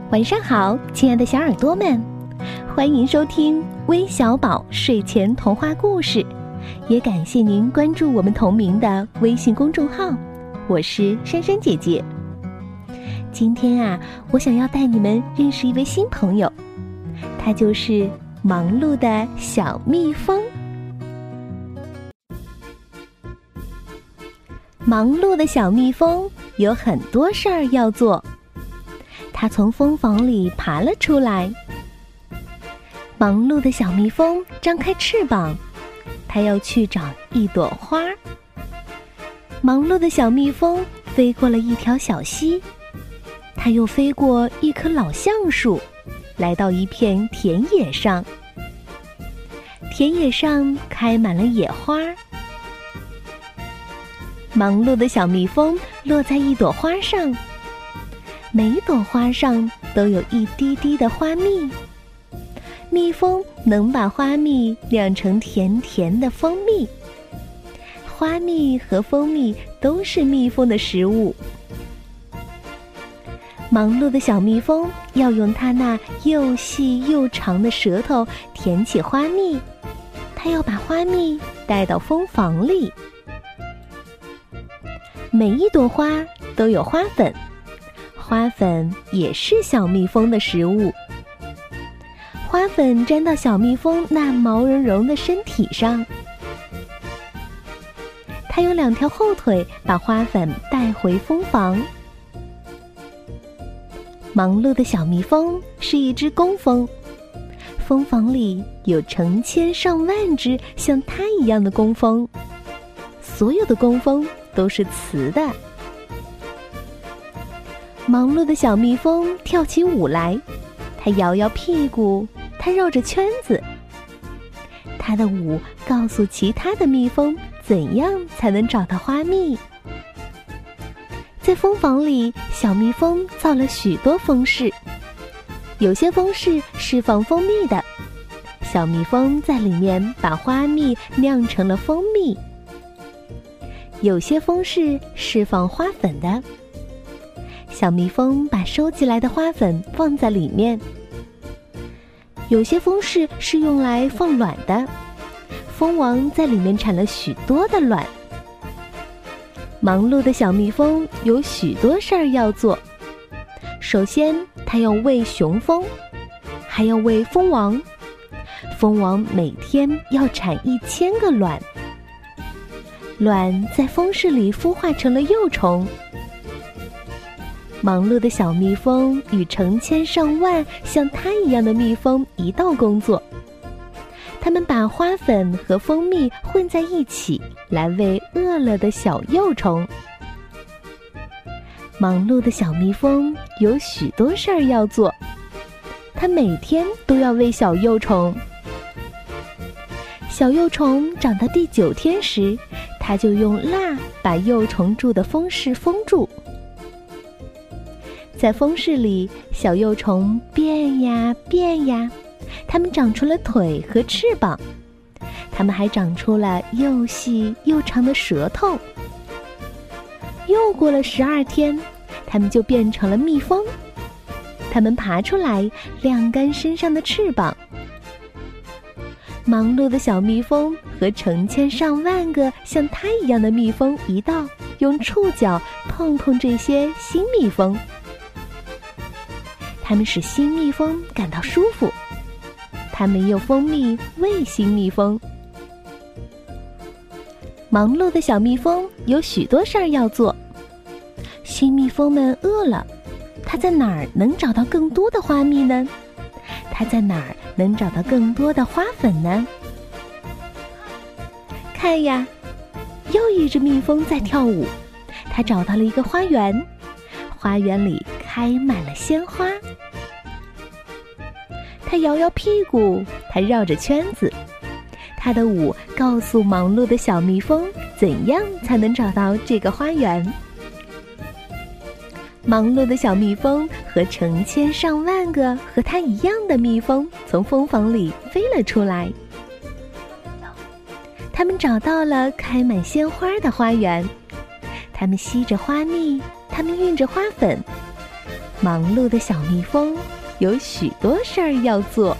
晚上好，亲爱的小耳朵们，欢迎收听微小宝睡前童话故事，也感谢您关注我们同名的微信公众号，我是珊珊姐姐。今天啊，我想要带你们认识一位新朋友，他就是忙碌的小蜜蜂。忙碌的小蜜蜂有很多事儿要做，它从蜂房里爬了出来。忙碌的小蜜蜂张开翅膀，它要去找一朵花。忙碌的小蜜蜂飞过了一条小溪，它又飞过一棵老橡树，来到一片田野上。田野上开满了野花。忙碌的小蜜蜂落在一朵花上，每一朵花上都有一滴滴的花蜜。蜜蜂能把花蜜酿成甜甜的蜂蜜。花蜜和蜂蜜都是蜜蜂的食物。忙碌的小蜜蜂要用它那又细又长的舌头舔起花蜜，它要把花蜜带到蜂房里。每一朵花都有花粉，花粉也是小蜜蜂的食物。花粉沾到小蜜蜂那毛茸茸的身体上，它有两条后腿把花粉带回蜂房。忙碌的小蜜蜂是一只工蜂，蜂房里有成千上万只像它一样的工蜂，所有的工蜂都是雌的。忙碌的小蜜蜂跳起舞来，它摇摇屁股，它绕着圈子。它的舞告诉其他的蜜蜂怎样才能找到花蜜。在蜂房里，小蜜蜂造了许多蜂室，有些蜂室释放蜂蜜的，小蜜蜂在里面把花蜜酿成了蜂蜜。有些蜂室释放花粉的，小蜜蜂把收集来的花粉放在里面。有些蜂室是用来放卵的，蜂王在里面产了许多的卵。忙碌的小蜜蜂有许多事儿要做，首先它要喂雄蜂，还要喂蜂王，蜂王每天要产1000个卵，卵在蜂室里孵化成了幼虫。忙碌的小蜜蜂与成千上万像它一样的蜜蜂一道工作，它们把花粉和蜂蜜混在一起，来喂饿了的小幼虫。忙碌的小蜜蜂有许多事儿要做，它每天都要喂小幼虫。小幼虫长到第9天时，它就用蜡把幼虫住的蜂室封住。在蜂室里，小幼虫变呀变呀，它们长出了腿和翅膀，它们还长出了又细又长的舌头。又过了12天，它们就变成了蜜蜂。它们爬出来，晾干身上的翅膀。忙碌的小蜜蜂和成千上万个像它一样的蜜蜂一道，用触角碰碰这些新蜜蜂。它们使新蜜蜂感到舒服，它们用蜂蜜喂新蜜蜂。忙碌的小蜜蜂有许多事儿要做。新蜜蜂们饿了，它在哪儿能找到更多的花蜜呢？它在哪儿能找到更多的花粉呢？看呀，又一只蜜蜂在跳舞，它找到了一个花园，花园里开满了鲜花。它摇摇屁股，它绕着圈子，它的舞告诉忙碌的小蜜蜂怎样才能找到这个花园。忙碌的小蜜蜂和成千上万个和它一样的蜜蜂从蜂房里飞了出来。它们找到了开满鲜花的花园，它们吸着花蜜，它们运着花粉， 忙碌的小蜜蜂有许多事儿要做。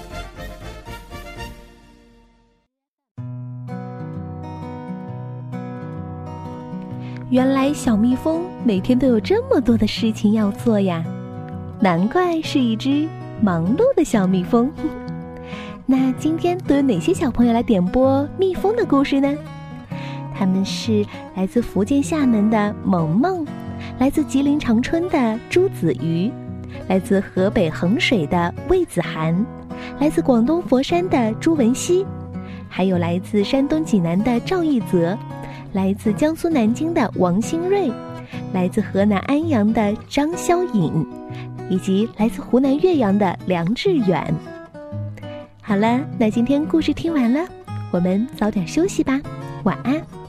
原来小蜜蜂每天都有这么多的事情要做呀，难怪是一只忙碌的小蜜蜂。那今天都有哪些小朋友来点播蜜蜂的故事呢？他们是来自福建厦门的萌萌，来自吉林长春的朱子瑜，来自河北衡水的魏子涵，来自广东佛山的朱文熙，还有来自山东济南的赵一泽，来自江苏南京的王新瑞，来自河南安阳的张潇颖，以及来自湖南岳阳的梁志远。好了，那今天故事听完了，我们早点休息吧，晚安。